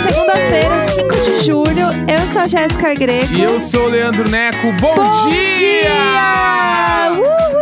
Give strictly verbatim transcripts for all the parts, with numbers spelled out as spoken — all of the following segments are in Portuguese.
segunda-feira, cinco de julho. Eu sou a Jéssica Greco. E eu sou o Leandro Neco. Bom, Bom dia! dia!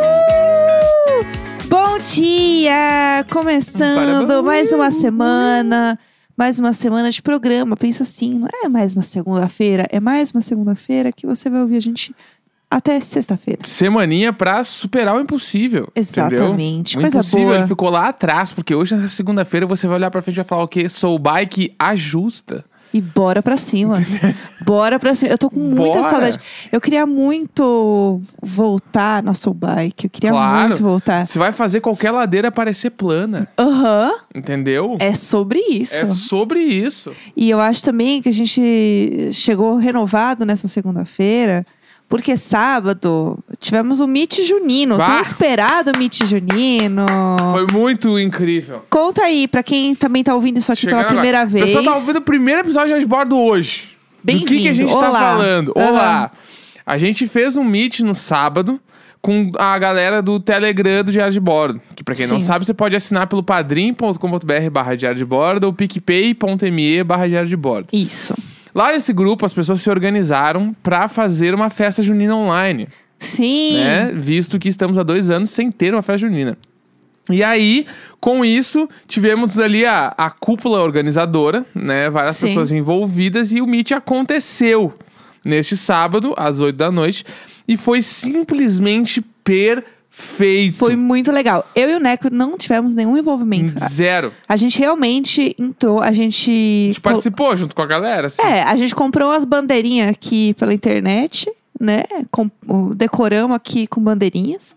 Uhul! Bom dia! Começando Parabéns. mais uma semana. Mais uma semana de programa. Pensa assim, não é mais uma segunda-feira. É mais uma segunda-feira que você vai ouvir a gente até sexta-feira. Semaninha pra superar o impossível. Exatamente. Entendeu? O Coisa impossível, boa. ele ficou lá atrás, porque hoje, nessa segunda-feira, você vai olhar pra frente e vai falar o quê? Soul Bike ajusta. E bora pra cima. Bora pra cima. Eu tô com muita Bora. saudade. Eu queria muito voltar na Soul Bike. Eu queria Claro. muito voltar. Você vai fazer qualquer ladeira parecer plana. Aham. Entendeu? É sobre isso. É sobre isso. E eu acho também que a gente chegou renovado nessa segunda-feira, porque sábado tivemos o Meet Junino. Bah! Tão esperado o Meet Junino. Foi muito incrível. Conta aí, pra quem também tá ouvindo isso aqui Chegando pela primeira agora. vez. O pessoal tá ouvindo o primeiro episódio de bordo hoje. Do que, que a Bem-vindo. gente tá Olá. falando? Aham. Olá. A gente fez um meet no sábado com a galera do Telegram do Diário de Bordo. Que pra quem não Sim. sabe, você pode assinar pelo padrim.com.br barra Diário de Bordo ou picpay.me barra Diário de Bordo. Isso. Lá nesse grupo, as pessoas se organizaram pra fazer uma festa junina online. Sim. Né? Visto que estamos há dois anos sem ter uma festa junina. E aí, com isso, tivemos ali a, a cúpula organizadora, né? Várias Sim. pessoas envolvidas e o meet aconteceu neste sábado, às oito da noite. E foi simplesmente perfeito. Foi muito legal. Eu e o Neco não tivemos nenhum envolvimento. Zero. A gente realmente entrou, a gente... A gente participou junto com a galera, assim. É, a gente comprou umas bandeirinhas aqui pela internet, né? Com, o- decoramos aqui com bandeirinhas.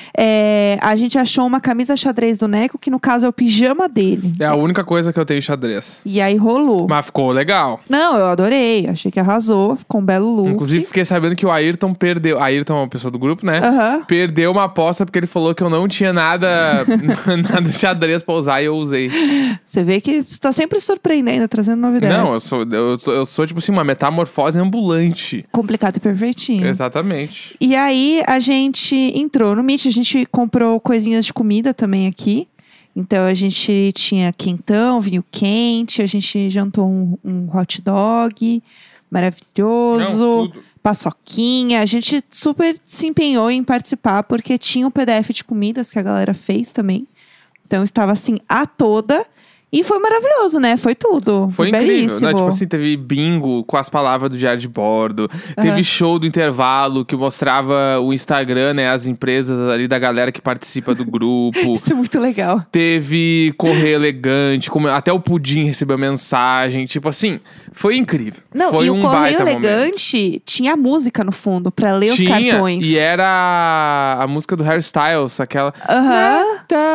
É, a gente achou uma camisa xadrez do Neco, que no caso é o pijama dele. É a única coisa que eu tenho xadrez. E aí rolou. Mas ficou legal. Não, eu adorei. Achei que arrasou. Ficou um belo look. Inclusive, fiquei sabendo que o Ayrton perdeu. Ayrton é uma pessoa do grupo, né? Aham. Perdeu uma aposta porque ele falou que eu não tinha nada, nada xadrez pra usar e eu usei. Você vê que você tá sempre surpreendendo, trazendo novidades. Não, eu sou, eu, sou, eu sou, tipo assim, uma metamorfose ambulante. Complicado e perfeitinho. Exatamente. E aí, a gente entrou no Meet, a gente comprou coisinhas de comida também aqui. Então, a gente tinha quentão, vinho quente, a gente jantou um, um hot dog maravilhoso, Não, tudo. paçoquinha. A gente super se empenhou em participar, porque tinha um P D F de comidas que a galera fez também. Então, estava assim, a toda. E foi maravilhoso, né? Foi tudo. Foi incrível, belíssimo. né? Tipo assim, teve bingo com as palavras do Diário de Bordo. Teve Aham. show do intervalo que mostrava o Instagram, né? As empresas ali da galera que participa do grupo. Isso é muito legal. Teve correio elegante, como até o Pudim recebeu mensagem. Tipo assim, foi incrível. Não, foi e um o Correio baita momento. Elegante tinha música no fundo pra ler os Tinha, cartões. e era a música do Harry Styles, aquela... Aham.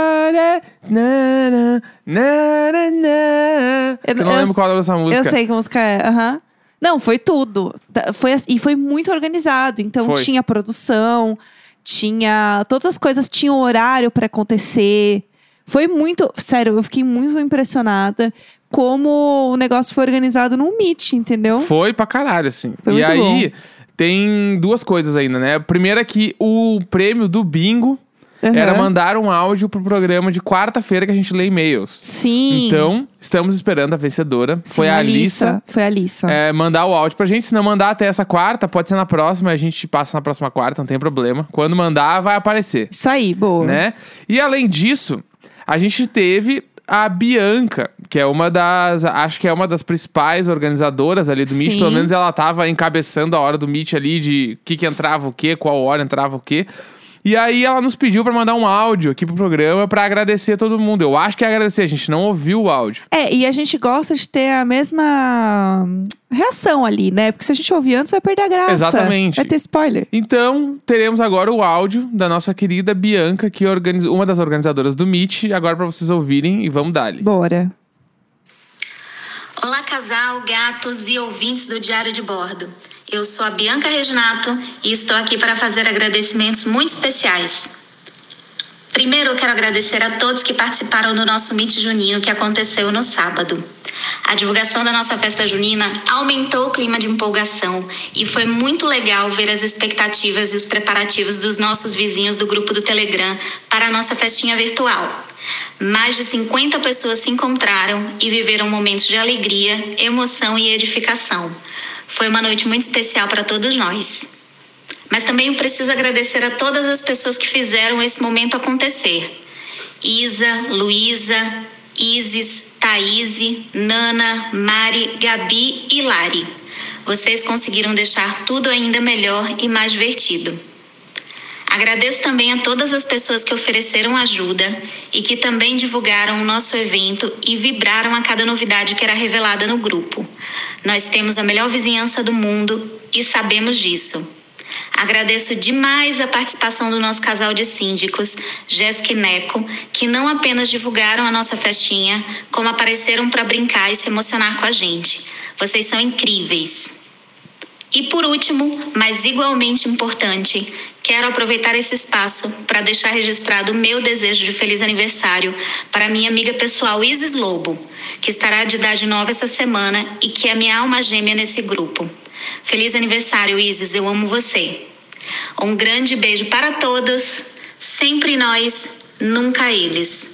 Eu, não lembro qual é o nome dessa música. Eu sei que música é. Aham. Não, foi tudo. Tá- Foi, ass- e foi muito organizado. Então Foi. tinha produção, tinha. Todas as coisas tinham horário pra acontecer. Foi muito. Sério, eu fiquei muito impressionada como o negócio foi organizado num Meet, entendeu? Foi pra caralho, assim. Foi e muito aí, tem duas coisas ainda, né? A primeira é que o prêmio do bingo Aham. era mandar um áudio pro programa de quarta-feira que a gente lê e-mails. Sim. Então, estamos esperando a vencedora. Sim, Foi a Alissa. Foi a Alissa. É, mandar o áudio pra gente. Se não mandar até essa quarta, pode ser na próxima. A gente passa na próxima quarta, não tem problema. Quando mandar, vai aparecer, Isso aí, boa. né? E além disso, a gente teve a Bianca, que é uma das... Acho que é uma das principais organizadoras ali do Meet. Sim. Pelo menos ela tava encabeçando a hora do Meet ali, de o que que entrava o quê, qual hora entrava o quê. E aí ela nos pediu pra mandar um áudio aqui pro programa pra agradecer todo mundo. Eu acho que é agradecer, a gente não ouviu o áudio. É, e a gente gosta de ter a mesma hum, reação ali, né? Porque se a gente ouvir antes, vai perder a graça. Exatamente. Vai ter spoiler. Então, teremos agora o áudio da nossa querida Bianca, que organiza, uma das organizadoras do Meet, agora pra vocês ouvirem e vamos dar-lhe. Bora. Olá, casal, gatos e ouvintes do Diário de Bordo. Eu sou a Bianca Reginato e estou aqui para fazer agradecimentos muito especiais. Primeiro, eu quero agradecer a todos que participaram do nosso Meet Junino que aconteceu no sábado. A divulgação da nossa festa junina aumentou o clima de empolgação e foi muito legal ver as expectativas e os preparativos dos nossos vizinhos do grupo do Telegram para a nossa festinha virtual. Mais de cinquenta pessoas se encontraram e viveram momentos de alegria, emoção e edificação. Foi uma noite muito especial para todos nós. Mas também eu preciso agradecer a todas as pessoas que fizeram esse momento acontecer. Isa, Luísa, Isis, Thaís, Nana, Mari, Gabi e Lari. Vocês conseguiram deixar tudo ainda melhor e mais divertido. Agradeço também a todas as pessoas que ofereceram ajuda e que também divulgaram o nosso evento e vibraram a cada novidade que era revelada no grupo. Nós temos a melhor vizinhança do mundo e sabemos disso. Agradeço demais a participação do nosso casal de síndicos, Jéssica e Neco, que não apenas divulgaram a nossa festinha, como apareceram para brincar e se emocionar com a gente. Vocês são incríveis. E por último, mas igualmente importante, quero aproveitar esse espaço para deixar registrado o meu desejo de feliz aniversário para minha amiga pessoal Isis Lobo, que estará de idade nova essa semana e que é minha alma gêmea nesse grupo. Feliz aniversário, Isis, eu amo você. Um grande beijo para todas, sempre nós, nunca eles.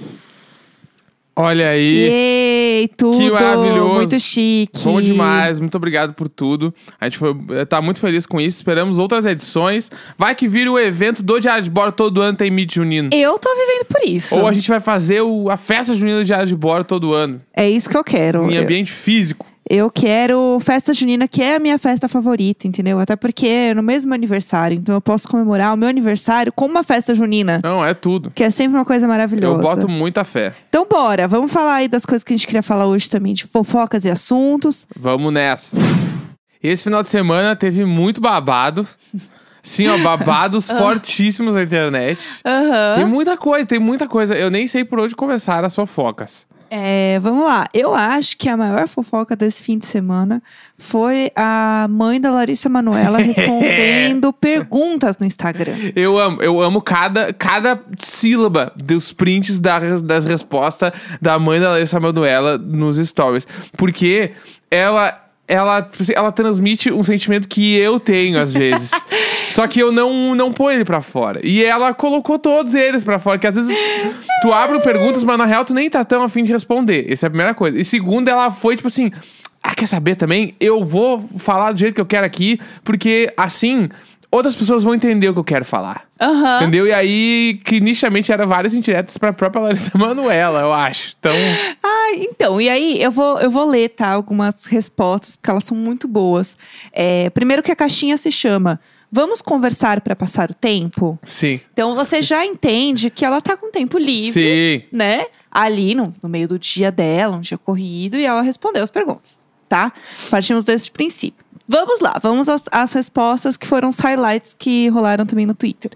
Olha aí. Ei, tudo. Que maravilhoso. Muito chique. Bom demais, muito obrigado por tudo. A gente foi, tá muito feliz com isso. Esperamos outras edições. Vai que vira o evento do Diário de Bordo. Todo ano tem Meet Junino. Eu tô vivendo por isso. Ou a gente vai fazer o, a festa junina do Diário de Bordo todo ano. É isso que eu quero. Em ambiente físico. Eu quero festa junina, que é a minha festa favorita, entendeu? Até porque é no mesmo aniversário. Então eu posso comemorar o meu aniversário com uma festa junina. Não, é tudo. Que é sempre uma coisa maravilhosa. Eu boto muita fé. Então bora, vamos falar aí das coisas que a gente queria falar hoje também, de fofocas e assuntos. Vamos nessa. Esse final de semana teve muito babado. Sim, ó, babados fortíssimos na internet. Aham. Tem muita coisa, tem muita coisa. Eu nem sei por onde começar as fofocas. É, vamos lá. Eu acho que a maior fofoca desse fim de semana foi a mãe da Larissa Manoela respondendo perguntas no Instagram. Eu amo, eu amo cada, cada sílaba dos prints da, das respostas da mãe da Larissa Manoela nos stories. Porque ela... Ela, tipo assim, ela transmite um sentimento que eu tenho, às vezes. Só que eu não, não ponho ele pra fora. E ela colocou todos eles pra fora. Que às vezes tu abre perguntas, mas na real tu nem tá tão afim de responder. Essa é a primeira coisa. E segunda, ela foi tipo assim... Ah, quer saber também? Eu vou falar do jeito que eu quero aqui. Porque assim... outras pessoas vão entender o que eu quero falar. Aham. Entendeu? E aí, que nitidamente era várias indiretas pra própria Larissa Manoela, eu acho. Então... Ah, então, e aí eu vou, eu vou ler, tá? Algumas respostas, porque elas são muito boas. É, primeiro que a caixinha se chama Vamos Conversar pra Passar o Tempo? Sim. Então você já entende que ela tá com tempo livre, Sim. né? Ali no, no meio do dia dela, um dia corrido, e ela respondeu as perguntas, tá? Partimos desse princípio. Vamos lá, vamos às, às respostas que foram os highlights que rolaram também no Twitter.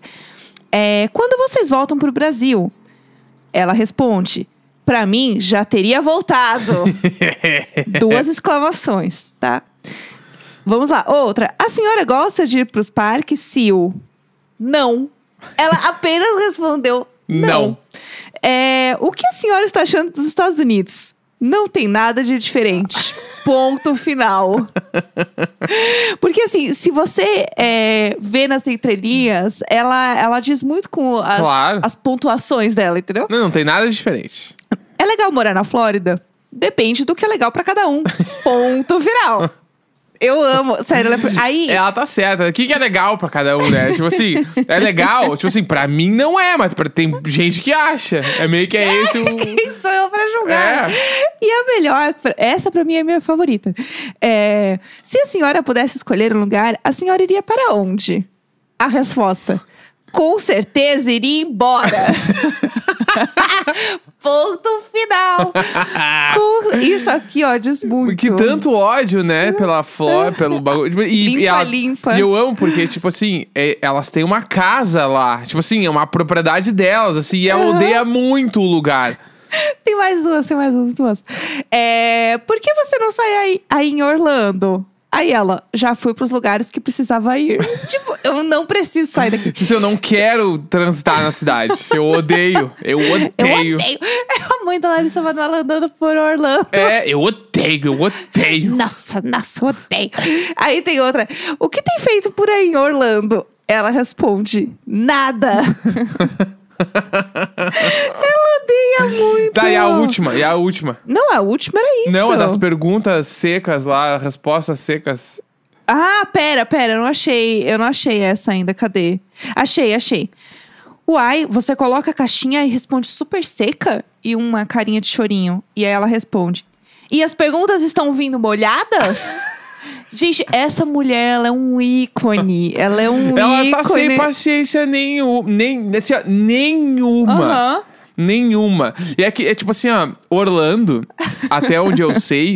É, quando vocês voltam pro Brasil? Ela responde, pra mim, já teria voltado. Duas exclamações, tá? Vamos lá, outra. A senhora gosta de ir pros parques, Sil? Não. Ela apenas respondeu não. Não. É, o que a senhora está achando dos Estados Unidos? Não tem nada de diferente. Ponto final. Porque assim, se você é, vê nas entrelinhas, ela, ela diz muito com as, Claro. as pontuações dela, entendeu? Não, não tem nada de diferente. É legal morar na Flórida? Depende do que é legal pra cada um. Ponto final. Eu amo, sério. Ela, aí, Ela tá certa. O que, que é legal pra cada um, né? Tipo assim, é legal. Tipo assim, pra mim não é, mas pra- tem gente que acha. É meio que é esse o... quem sou eu pra julgar? É. E a melhor, essa pra mim é a minha favorita. É, se a senhora pudesse escolher um lugar, a senhora iria para onde? A resposta: com certeza iria embora. Ponto final. Com- Isso aqui, ó, diz muito. Que tanto ódio, né? Pela Flora, pelo bagulho. Tipo, E, Limpa, e ela- limpa. E eu amo porque, tipo assim, é- elas têm uma casa lá. Tipo assim, é uma propriedade delas, assim. E ela Aham. odeia muito o lugar. Tem mais duas, tem mais duas, duas. É, por que você não sai aí, aí em Orlando? Aí ela, já fui pros lugares que precisava ir. Tipo, eu não preciso sair daqui. Tipo, eu não quero transitar na cidade. Eu odeio. Eu odeio. Eu odeio. É a mãe da Larissa Manoela andando por Orlando. É, eu odeio, eu odeio. Nossa, nossa, odeio. Aí tem outra. O que tem feito por aí em Orlando? Ela responde, nada. Ela odeia muito. Tá, e a última, e a última? Não, a última era isso. Não, a das perguntas secas lá, respostas secas. Ah, pera, pera, eu não achei, eu não achei essa ainda, cadê? Achei, achei. Uai, você coloca a caixinha e responde super seca e uma carinha de chorinho. E aí ela responde, e as perguntas estão vindo molhadas? Gente, essa mulher, ela é um ícone. Ela é um ela ícone. Ela tá sem paciência nenhuma. Nem, assim, ó, nenhuma. Uhum. Nenhuma. E é que, é tipo assim, ó, Orlando, até onde eu sei,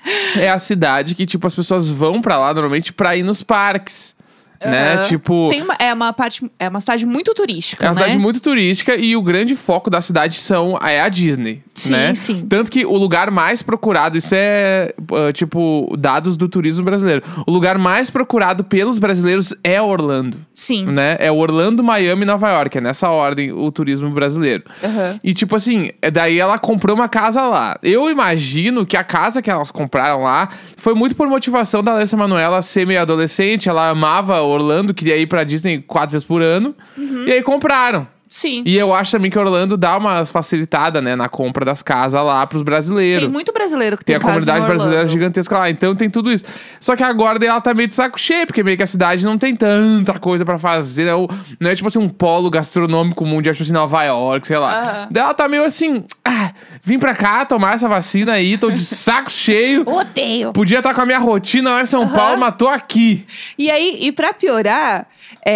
é a cidade que, tipo, as pessoas vão pra lá normalmente pra ir nos parques. Né? Uhum. Tipo. Tem uma, é, uma parte, é uma cidade muito turística. É uma né? cidade muito turística e o grande foco da cidade são, é a Disney. Sim, né? sim. Tanto que o lugar mais procurado, isso é uh, tipo dados do turismo brasileiro. O lugar mais procurado pelos brasileiros é Orlando. Sim. Né? É Orlando, Miami e Nova York. É nessa ordem o turismo brasileiro. Uhum. E tipo assim, daí ela comprou uma casa lá. Eu imagino que a casa que elas compraram lá foi muito por motivação da Larissa Manoela ser meio adolescente. Ela amava Orlando, queria ir pra Disney quatro vezes por ano. Uhum. E aí compraram. Sim. E eu acho também que Orlando dá uma facilitada, né, na compra das casas lá pros brasileiros. Tem muito brasileiro que tem, tem a casa comunidade em brasileira Orlando. gigantesca lá, então tem tudo isso. Só que agora daí ela tá meio de saco cheio, porque meio que a cidade não tem tanta coisa pra fazer. Não, não é tipo assim um polo gastronômico mundial, tipo assim, Nova York, sei lá. Uhum. Daí ela tá meio assim, ah, vim pra cá tomar essa vacina aí, tô de saco cheio. Odeio. Podia estar com a minha rotina lá em São uhum. Paulo, mas tô aqui. E aí, e pra piorar,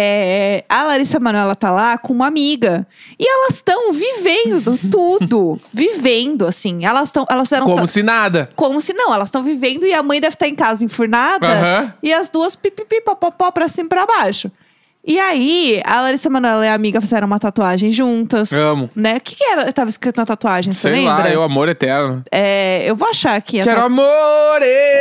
é, a Larissa Manoela tá lá com uma amiga. E elas estão vivendo tudo. Vivendo, assim. Elas estão. Elas eram Como t- se nada. Como se não. Elas estão vivendo e a mãe deve estar em casa enfurnada. Uhum. E as duas pipipi, popopó, pra cima e pra baixo. E aí, a Larissa Manoela e a amiga fizeram uma tatuagem juntas. Amo. Né? O que, que era? Tava escrito na tatuagem, você Sei lembra? lá, eu amor eterno. É, eu vou achar aqui. a Quero ta- amor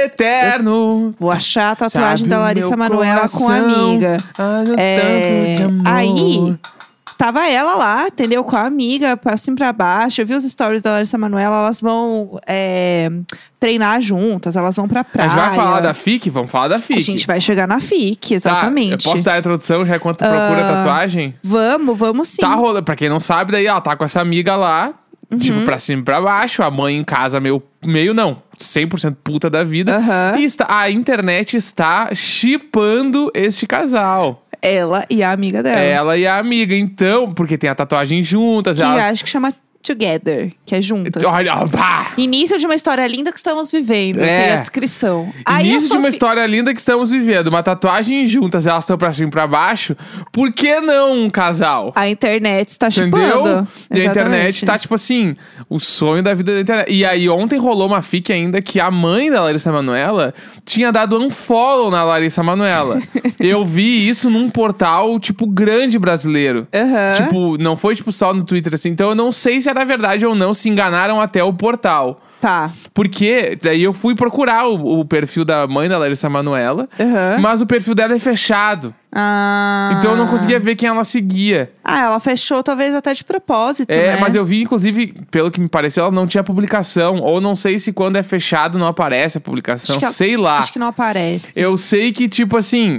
eterno. Vou achar a tatuagem Sabe da o Larissa meu Manoela com a coração, amiga. ah, no É, tanto de amor. aí, tava ela lá, entendeu? Com a amiga, pra cima e pra baixo. Eu vi os stories da Larissa Manoela, elas vão é, treinar juntas, elas vão pra A praia. gente vai falar da F I C? Vamos falar da F I C. A gente vai chegar na F I C, Tá, exatamente. eu posso dar a introdução já enquanto tu procura a tatuagem? Vamos, vamos sim. Tá rolando. Pra quem não sabe, daí ela tá com essa amiga lá, Uhum. tipo, pra cima e pra baixo. A mãe em casa meio, meio não, cem por cento puta da vida. Aham. E está, a internet está shippando este casal. Ela e a amiga dela. Ela e a amiga. Então, porque tem a tatuagem juntas. Que elas... acho que chama Together, que é juntas. Olha, pá! Início de uma história linda que estamos vivendo. É. Tem a descrição. Aí Início a de uma Sophie- história linda que estamos vivendo. Uma tatuagem juntas, elas estão pra cima e pra baixo. Por que não um casal? A internet está Entendeu? chipando. E a internet Exatamente. tá, tipo assim, o sonho da vida da internet. E aí, ontem rolou uma fic ainda que a mãe da Larissa Manoela tinha dado um follow na Larissa Manoela. Eu vi isso num portal, tipo, grande brasileiro. Aham. Tipo, não foi, tipo, só no Twitter, assim. Então, eu não sei se era verdade ou não, se enganaram até o portal. Tá. Porque daí eu fui procurar o, o perfil da mãe da Larissa Manoela, Aham. mas o perfil dela é fechado. Ah. Então eu não conseguia ver quem ela seguia. Ah, ela fechou talvez até de propósito, É, né? mas eu vi, inclusive, pelo que me pareceu, ela não tinha publicação. Ou não sei se quando é fechado não aparece a publicação. Acho que ela- sei lá. Acho que não aparece. Eu sei que, tipo assim.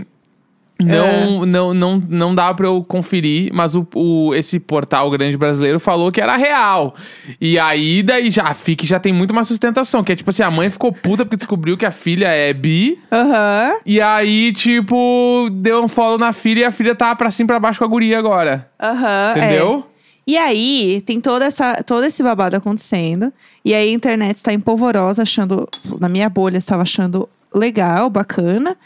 Não, não, não, não dá pra eu conferir, mas o, o, esse portal grande brasileiro falou que era real. E aí, daí já, a F I C já tem muito mais sustentação. Que é tipo assim, a mãe ficou puta porque descobriu que a filha é bi. Aham. E aí, tipo, deu um follow na filha e a filha tá pra cima e pra baixo com a guria agora. Aham. Entendeu? É. E aí, tem toda essa, todo esse babado acontecendo. E aí, a internet está empolvorosa, achando... Na minha bolha, estava achando legal, bacana.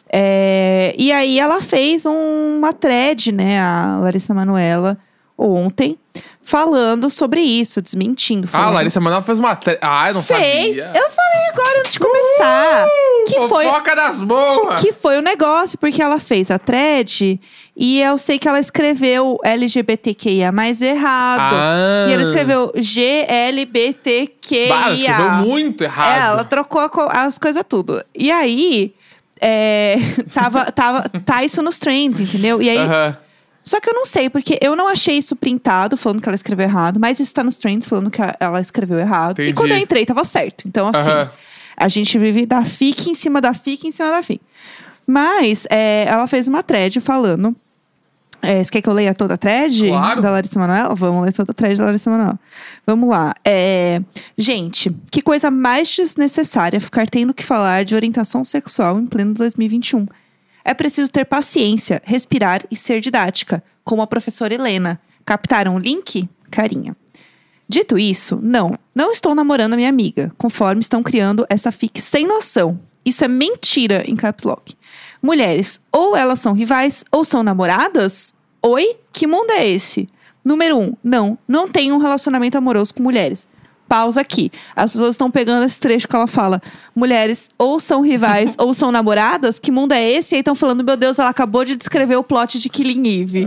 É, e aí, ela fez um, uma thread, né? A Larissa Manoela, ontem, falando sobre isso, desmentindo. Ah, Falando, a Larissa Manoela fez uma... Tre... Ah, eu não fez. sabia. Eu falei agora, antes de começar. que foi... Fofoca das boas! Que foi o negócio, porque ela fez a thread e eu sei que ela escreveu L G B T Q I A mais errado. Ah. E ela escreveu G L B T Q I A. Bah, ela escreveu muito errado. É, ela trocou a co- as coisas tudo. E aí, é, tava, tava, tá isso nos trends, entendeu? E aí... Aham. Só que eu não sei, porque eu não achei isso printado, falando que ela escreveu errado. Mas isso tá nos trends, falando que a- ela escreveu errado. Entendi. E quando eu entrei, tava certo. Então, assim, Aham. a gente vive da fic em cima da fic em cima da fic. Mas é, ela fez uma thread falando... É, você quer que eu leia toda a thread Claro. da Larissa Manoela? Vamos ler toda a thread da Larissa Manoela. Vamos lá. É, gente, que coisa mais desnecessária ficar tendo que falar de orientação sexual em pleno dois mil e vinte e um. É preciso ter paciência, respirar e ser didática, como a professora Helena. Captaram o link? Carinha. Dito isso, não, não estou namorando a minha amiga, conforme estão criando essa fic sem noção. Isso é mentira em caps lock. Mulheres, ou elas são rivais, ou são namoradas? Oi? Que mundo é esse? Número um, não, não tenho um relacionamento amoroso com mulheres. Pausa aqui. As pessoas estão pegando esse trecho que ela fala. Mulheres ou são rivais ou são namoradas? Que mundo é esse? E aí estão falando, meu Deus, ela acabou de descrever o plot de Killing Eve.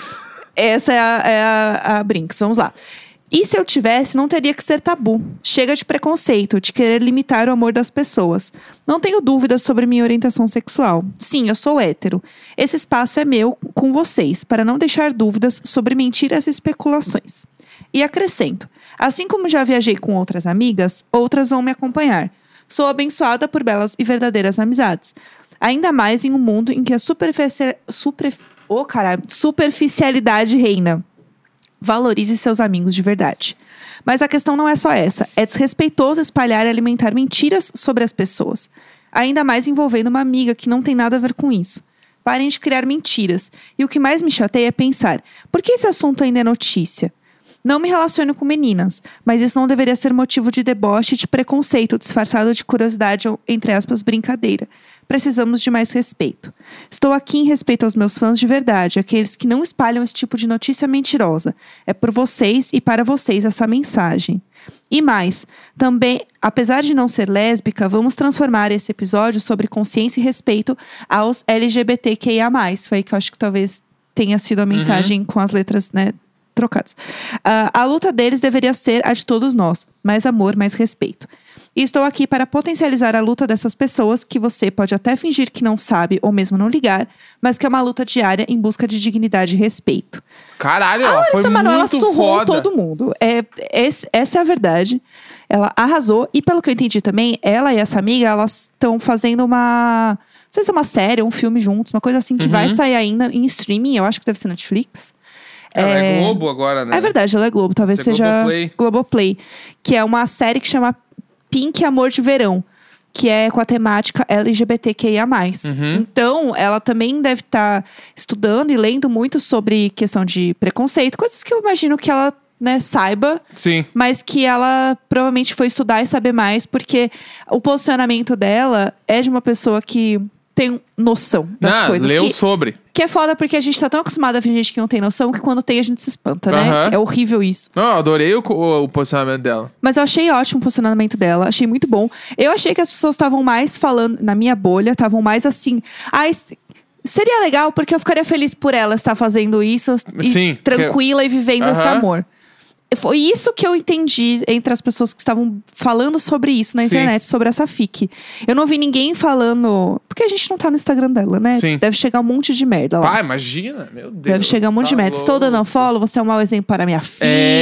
Essa é a, é a, a Brinks. Vamos lá. E se eu tivesse, não teria que ser tabu. Chega de preconceito, de querer limitar o amor das pessoas. Não tenho dúvidas sobre minha orientação sexual. Sim, eu sou hétero. Esse espaço é meu com vocês, para não deixar dúvidas sobre mentiras e especulações. E acrescento, assim como já viajei com outras amigas, outras vão me acompanhar. Sou abençoada por belas e verdadeiras amizades. Ainda mais em um mundo em que a superfici... super... oh, caralho, superficialidade reina. Valorize seus amigos de verdade. Mas a questão não é só essa. É desrespeitoso espalhar e alimentar mentiras sobre as pessoas. Ainda mais envolvendo uma amiga que não tem nada a ver com isso. Parem de criar mentiras. E o que mais me chateia é pensar, por que esse assunto ainda é notícia? Não me relaciono com meninas, mas isso não deveria ser motivo de deboche e de preconceito, disfarçado de curiosidade ou, entre aspas, brincadeira. Precisamos de mais respeito. Estou aqui em respeito aos meus fãs de verdade, aqueles que não espalham esse tipo de notícia mentirosa. É por vocês e para vocês essa mensagem. E mais, também, apesar de não ser lésbica, vamos transformar esse episódio sobre consciência e respeito aos L G B T Q I A mais. Foi aí que eu acho que talvez tenha sido a mensagem uhum. com as letras, né, trocadas. Uh, a luta deles deveria ser a de todos nós. Mais amor, mais respeito. E estou aqui para potencializar a luta dessas pessoas que você pode até fingir que não sabe ou mesmo não ligar, mas que é uma luta diária em busca de dignidade e respeito. Caralho, a ela foi Larissa Manoela muito surrou foda. todo mundo. É, esse, essa é a verdade. Ela arrasou. E pelo que eu entendi também, ela e essa amiga, elas estão fazendo uma... Não sei se é uma série ou um filme juntos, uma coisa assim que uhum. vai sair ainda em streaming. Eu acho que deve ser Netflix. Ela é, é Globo agora, né? É verdade, ela é Globo. Talvez Esse seja é Globoplay. Globoplay. Que é uma série que chama Pink Amor de Verão. Que é com a temática L G B T Q I A mais. Uhum. Então, ela também deve estar tá estudando e lendo muito sobre questão de preconceito. Coisas que eu imagino que ela, né, saiba. Sim. Mas que ela provavelmente foi estudar e saber mais. Porque o posicionamento dela é de uma pessoa que tem noção das não, coisas. Leu que, sobre. Que é foda porque a gente tá tão acostumado a ver gente que não tem noção que quando tem a gente se espanta, né? Uhum. É horrível isso. Não, eu adorei o, o, o posicionamento dela. Mas eu achei ótimo o posicionamento dela. Achei muito bom. Eu achei que as pessoas estavam mais falando, na minha bolha, estavam mais assim... Ai, seria legal porque eu ficaria feliz por ela estar fazendo isso. E Sim, tranquila que... e vivendo uhum. esse amor. Foi isso que eu entendi entre as pessoas que estavam falando sobre isso na internet, Sim. sobre essa fic. Eu não vi ninguém falando... Porque a gente não tá no Instagram dela, né? Sim. Deve chegar um monte de merda lá. Ah, imagina, meu Deus. Deve chegar um monte tá de merda. louco. Estou dando follow, você é um mau exemplo para minha filha.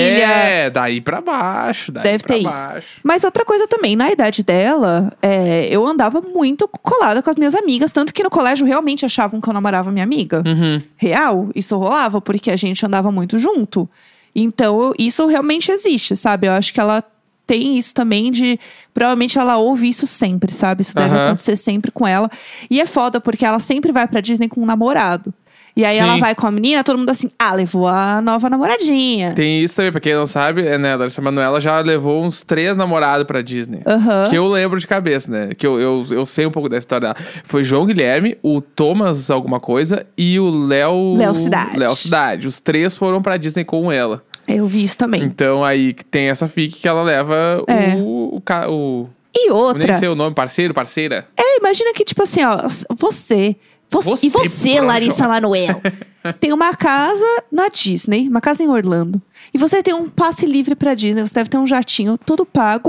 É, daí pra baixo. Daí Deve pra ter baixo. isso. Mas outra coisa também, na idade dela, é, eu andava muito colada com as minhas amigas. Tanto que no colégio realmente achavam que eu namorava minha amiga. Uhum. Real, isso rolava, porque a gente andava muito junto. Então, isso realmente existe, sabe? Eu acho que ela tem isso também de... Provavelmente ela ouve isso sempre, sabe? Isso deve uhum. acontecer sempre com ela. E é foda, porque ela sempre vai pra Disney com um namorado. E aí Sim. ela vai com a menina, todo mundo assim... Ah, levou a nova namoradinha. Tem isso também, pra quem não sabe, é, né? A Larissa Manoela já levou uns três namorados pra Disney. Uhum. Que eu lembro de cabeça, né? Que eu, eu, eu sei um pouco da história dela. Foi João Guilherme, o Thomas alguma coisa e o Léo... Léo Cidade. Léo Cidade. Os três foram pra Disney com ela. Eu vi isso também. Então aí tem essa fic que ela leva é. o, o, o... E outra... Nem sei o nome, parceiro, parceira. É, imagina que tipo assim, ó... Você... Você, Você e você, Larissa Manoela, tem uma casa na Disney, uma casa em Orlando. E você tem um passe livre pra Disney, você deve ter um jatinho todo pago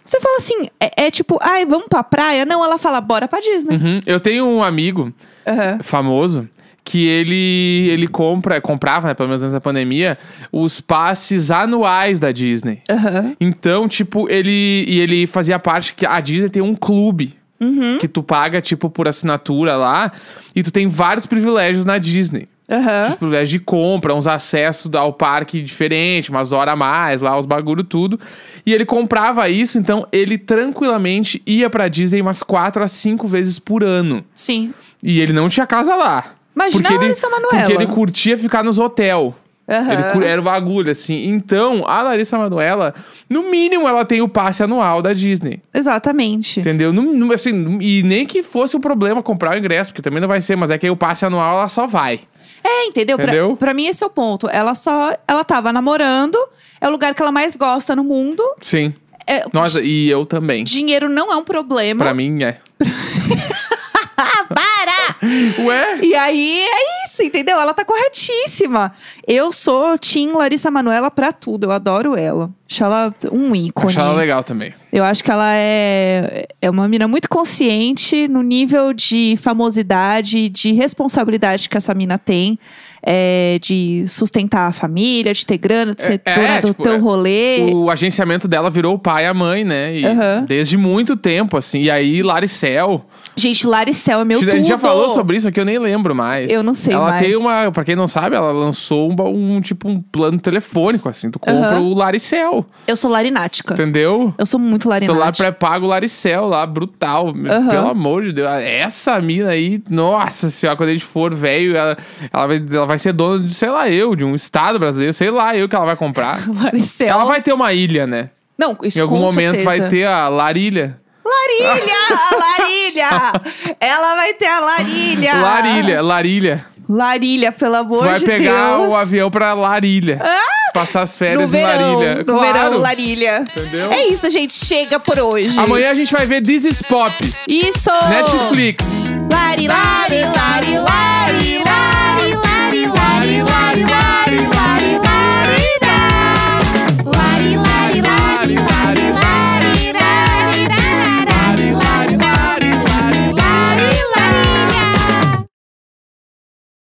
Você fala assim, é, é tipo, ai, vamos pra praia? Não, ela fala, bora pra Disney. Uhum. Eu tenho um amigo Uhum. famoso que ele, ele compra, comprava, né, pelo menos antes da pandemia, os passes anuais da Disney. Uhum. Então, tipo, ele, e ele fazia parte que a Disney tem um clube. Uhum. Que tu paga, tipo, por assinatura lá. E tu tem vários privilégios na Disney. Uhum. Tipo, privilégios de compra, uns acessos ao parque diferente, umas horas a mais lá, os bagulho tudo. E ele comprava isso, então ele tranquilamente ia pra Disney umas quatro a cinco vezes por ano. Sim. E ele não tinha casa lá. Imagina porque a ele, Larissa Manoela. Porque ele curtia ficar nos hotel. Uhum. Ele cur- era o bagulho, assim. Então, a Larissa Manoela, no mínimo, ela tem o passe anual da Disney. Exatamente. Entendeu? Não, não, assim, e nem que fosse um problema comprar o ingresso, porque também não vai ser, mas é que aí o passe anual ela só vai. É, entendeu? Entendeu? Pra, pra mim, esse é o ponto. Ela só... Ela tava namorando. É o lugar que ela mais gosta no mundo. Sim. É, Nossa, di- e eu também. Dinheiro não é um problema. Pra mim, é. Ah, para! Ué? E aí, é isso, entendeu? Ela tá corretíssima. Eu sou Team Larissa Manoela pra tudo. Eu adoro ela. Acho ela um ícone. Acho ela legal também. Eu acho que ela é, é uma mina muito consciente no nível de famosidade, de responsabilidade que essa mina tem. É, de sustentar a família, de ter grana, de ser É, dona é, do tipo, teu é, rolê. O agenciamento dela virou o pai e a mãe, né? E Aham. desde muito tempo, assim. E aí, Laricel... Gente, Laricel é meu A tudo. gente já falou sobre isso aqui, eu nem lembro mais. Eu não sei ela mais. tem uma... Pra quem não sabe, ela lançou um, um tipo, um plano telefônico, assim. Tu compra Aham. o Laricel, Eu sou larinática. entendeu? Eu sou muito Celular larinática. pré-pago Laricel lá, brutal. Aham. Pelo amor de Deus. Essa mina aí, nossa senhora, quando a gente for velho, ela, ela, vai, ela vai ser dona de, sei lá, eu, de um estado brasileiro, sei lá, eu que ela vai comprar. Laricel. Ela vai ter uma ilha, né? Não, isso Em algum com momento certeza. vai ter a Larilha. Larilha! A Larilha! Ela vai ter a Larilha! Larilha, Larilha. Larilha, pelo amor Vai de pegar Deus. o avião pra Larilha. Passar as No férias em verão, Larilha. no Claro. verão, Larilha. Entendeu? É isso, gente. Chega por hoje. Amanhã a gente vai ver This is Pop. Isso! Netflix. Lari, lari, lari, lari,